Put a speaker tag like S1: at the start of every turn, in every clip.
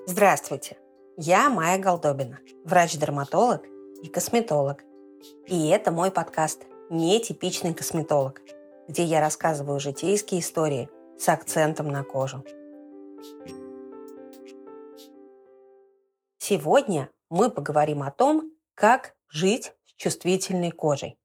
S1: Здравствуйте! Я Майя Голдобина, врач-дерматолог и косметолог. И это мой подкаст «Нетипичный косметолог», где я рассказываю житейские истории с акцентом на кожу. Сегодня мы поговорим о том, как жить с чувствительной кожей.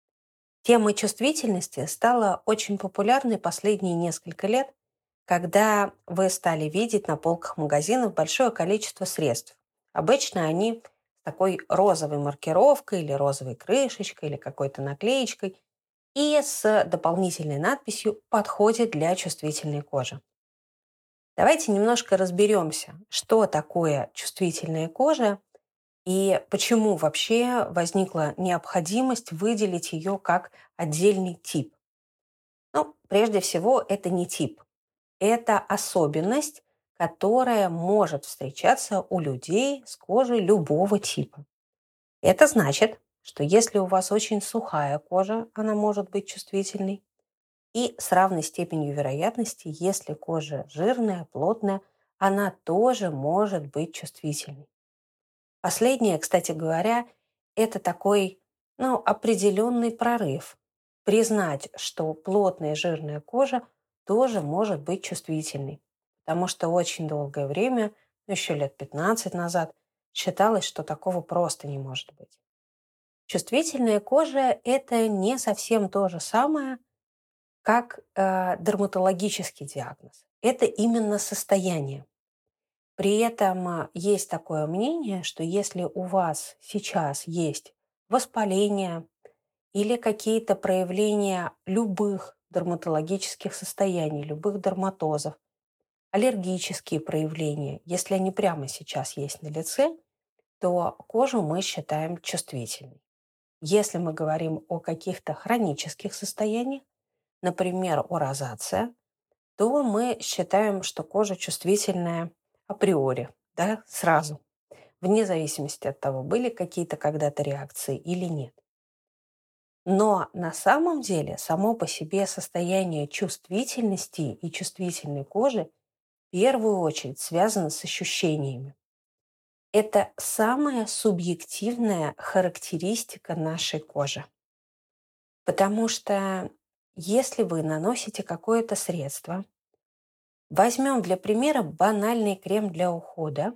S1: Тема чувствительности стала очень популярной последние несколько лет, когда вы стали видеть на полках магазинов большое количество средств. Обычно они с такой розовой маркировкой или розовой крышечкой или какой-то наклеечкой и с дополнительной надписью «Подходит для чувствительной кожи». Давайте немножко разберемся, что такое чувствительная кожа и почему вообще возникла необходимость выделить ее как отдельный тип. Прежде всего, это не тип. Это особенность, которая может встречаться у людей с кожей любого типа. Это значит, что если у вас очень сухая кожа, она может быть чувствительной. И с равной степенью вероятности, если кожа жирная, плотная, она тоже может быть чувствительной. Последнее, кстати говоря, это такой определенный прорыв. Признать, что плотная жирная кожа тоже может быть чувствительной. Потому что очень долгое время, еще лет 15 назад, считалось, что такого просто не может быть. Чувствительная кожа – это не совсем то же самое, как дерматологический диагноз. Это именно состояние. При этом есть такое мнение, что если у вас сейчас есть воспаление или какие-то проявления любых дерматологических состояний, любых дерматозов, аллергические проявления, если они прямо сейчас есть на лице, то кожу мы считаем чувствительной. Если мы говорим о каких-то хронических состояниях, например, о розация, то мы считаем, что кожа чувствительная априори, да, сразу, вне зависимости от того, были какие-то когда-то реакции или нет. Но на самом деле само по себе состояние чувствительности и чувствительной кожи в первую очередь связано с ощущениями. Это самая субъективная характеристика нашей кожи. Потому что если вы наносите какое-то средство, возьмем для примера банальный крем для ухода,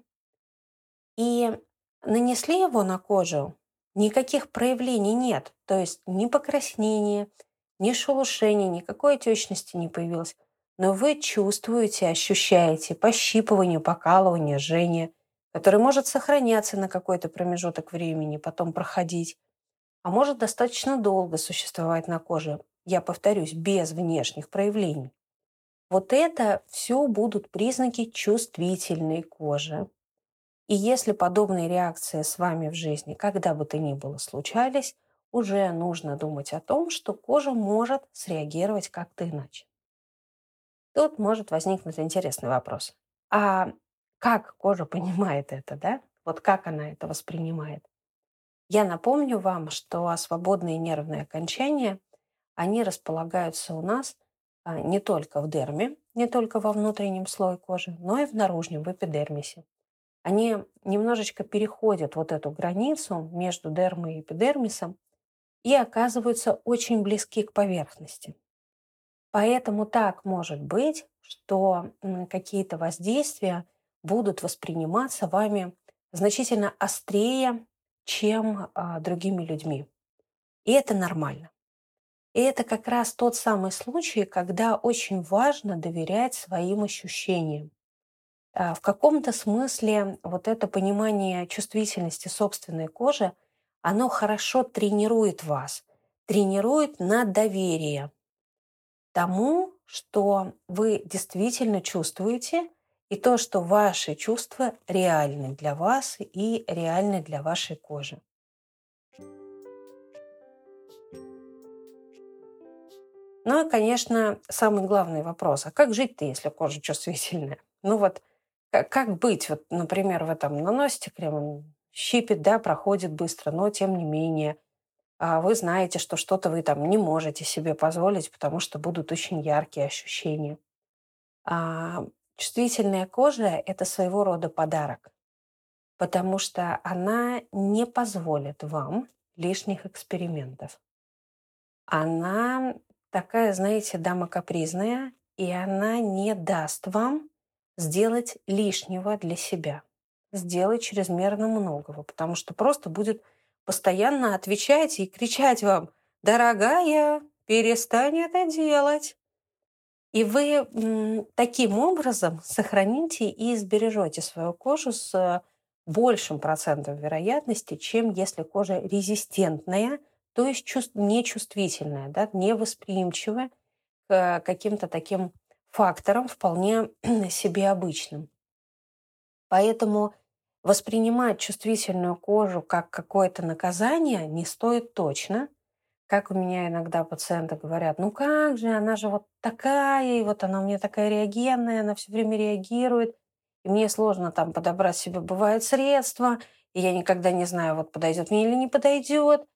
S1: и нанесли его на кожу, никаких проявлений нет. То есть ни покраснения, ни шелушения, никакой отечности не появилось. Но вы чувствуете, ощущаете пощипывание, покалывание, жжение, которое может сохраняться на какой-то промежуток времени, потом проходить, а может достаточно долго существовать на коже, я повторюсь, без внешних проявлений. Вот это все будут признаки чувствительной кожи. И если подобные реакции с вами в жизни, когда бы то ни было, случались, уже нужно думать о том, что кожа может среагировать как-то иначе. Тут может возникнуть интересный вопрос. А как кожа понимает это, да? Вот как она это воспринимает? Я напомню вам, что свободные нервные окончания, они располагаются у нас не только в дерме, не только во внутреннем слое кожи, но и в наружном, в эпидермисе. Они немножечко переходят вот эту границу между дермой и эпидермисом и оказываются очень близки к поверхности. Поэтому так может быть, что какие-то воздействия будут восприниматься вами значительно острее, чем другими людьми. И это нормально. И это как раз тот самый случай, когда очень важно доверять своим ощущениям. В каком-то смысле вот это понимание чувствительности собственной кожи, оно хорошо тренирует вас, тренирует на доверие тому, что вы действительно чувствуете, и то, что ваши чувства реальны для вас и реальны для вашей кожи. Ну и, конечно, самый главный вопрос, а как жить-то, если кожа чувствительная? Как быть? Вот, например, вы там наносите крем, он щипит, да, проходит быстро, но тем не менее вы знаете, что что-то вы там не можете себе позволить, потому что будут очень яркие ощущения. Чувствительная кожа– это своего рода подарок, потому что она не позволит вам лишних экспериментов. Она такая, знаете, дама капризная, и она не даст вам сделать лишнего для себя, сделать чрезмерно многого, потому что просто будет постоянно отвечать и кричать вам: «Дорогая, перестань это делать». И вы таким образом сохраните и сбережете свою кожу с большим процентом вероятности, чем если кожа резистентная, то есть нечувствительная, да, невосприимчивая к каким-то таким факторам вполне себе обычным. Поэтому воспринимать чувствительную кожу как какое-то наказание не стоит точно. Как у меня иногда пациенты говорят: ну как же, она же вот такая, и вот она у меня такая реагентная, она все время реагирует, и мне сложно там подобрать себе, бывает, средства, и я никогда не знаю, вот подойдет мне или не подойдет.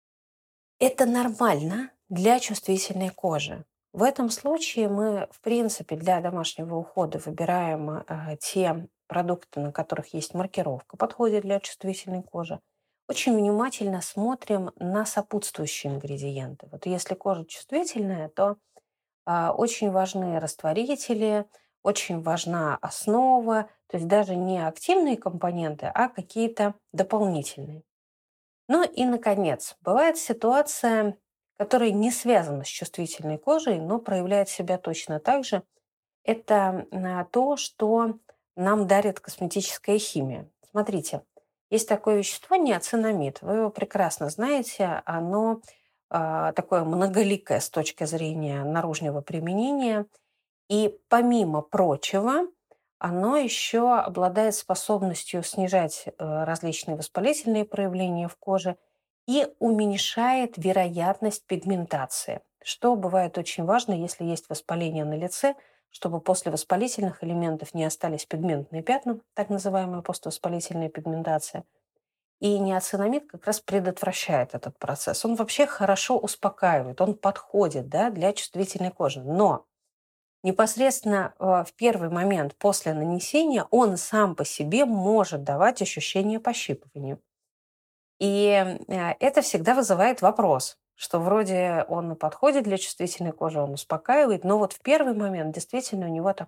S1: Это нормально для чувствительной кожи. В этом случае мы, в принципе, для домашнего ухода выбираем те продукты, на которых есть маркировка, подходит для чувствительной кожи. Очень внимательно смотрим на сопутствующие ингредиенты. Вот если кожа чувствительная, то очень важны растворители, очень важна основа, то есть даже не активные компоненты, а какие-то дополнительные. Ну и, наконец, бывает ситуация, которая не связана с чувствительной кожей, но проявляет себя точно так же. Это то, что нам дарит косметическая химия. Смотрите, есть такое вещество неоцинамид. Вы его прекрасно знаете. Оно такое многоликое с точки зрения наружного применения. И помимо прочего, оно еще обладает способностью снижать различные воспалительные проявления в коже и уменьшает вероятность пигментации, что бывает очень важно, если есть воспаление на лице, чтобы после воспалительных элементов не остались пигментные пятна, так называемая поствоспалительная пигментация. И неоцинамид как раз предотвращает этот процесс. Он вообще хорошо успокаивает, он подходит, да, для чувствительной кожи. Но непосредственно в первый момент после нанесения он сам по себе может давать ощущение пощипывания. И это всегда вызывает вопрос, что вроде он подходит для чувствительной кожи, он успокаивает, но вот в первый момент действительно у него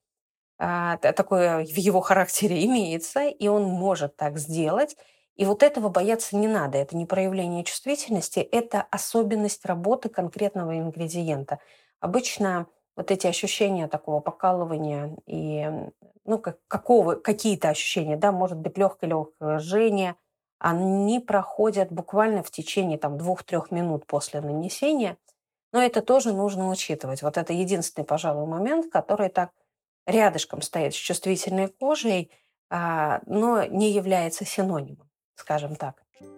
S1: такое в его характере имеется, и он может так сделать. И вот этого бояться не надо. Это не проявление чувствительности, это особенность работы конкретного ингредиента. Обычно вот эти ощущения такого покалывания и ну, какие-то ощущения, да, может быть, легкое жжение, они проходят буквально в течение там 2-3 минут после нанесения. Но это тоже нужно учитывать. Вот это единственный, пожалуй, момент, который так рядышком стоит с чувствительной кожей, но не является синонимом, скажем так.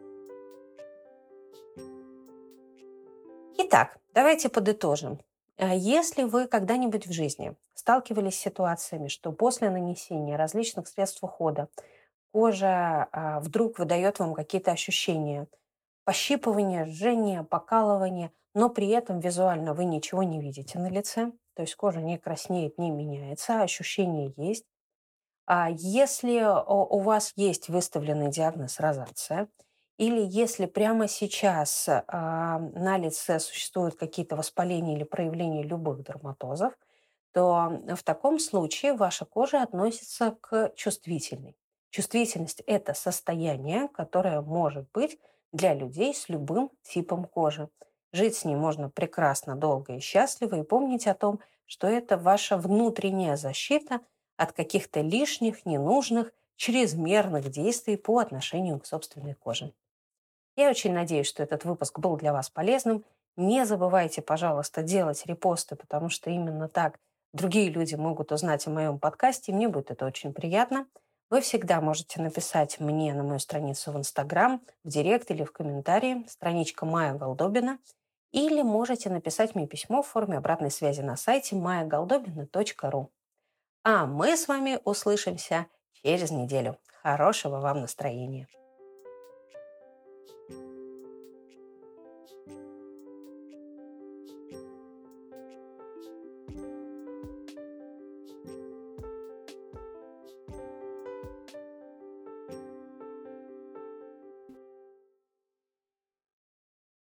S1: Итак, давайте подытожим. Если вы когда-нибудь в жизни сталкивались с ситуациями, что после нанесения различных средств ухода кожа вдруг выдает вам какие-то ощущения, пощипывание, жжение, покалывание, но при этом визуально вы ничего не видите на лице, то есть кожа не краснеет, не меняется, ощущения есть. Если у вас есть выставленный диагноз розация, или если прямо сейчас на лице существуют какие-то воспаления или проявления любых дерматозов, то в таком случае ваша кожа относится к чувствительной. Чувствительность– это состояние, которое может быть для людей с любым типом кожи. Жить с ней можно прекрасно, долго и счастливо, и помнить о том, что это ваша внутренняя защита от каких-то лишних, ненужных, чрезмерных действий по отношению к собственной коже. Я очень надеюсь, что этот выпуск был для вас полезным. Не забывайте, пожалуйста, делать репосты, потому что именно так другие люди могут узнать о моем подкасте, и мне будет это очень приятно. Вы всегда можете написать мне на мою страницу в Инстаграм, в Директ или в комментарии, страничка Майя Голдобина, или можете написать мне письмо в форме обратной связи на сайте mayagoldobina.ru. А мы с вами услышимся через неделю. Хорошего вам настроения!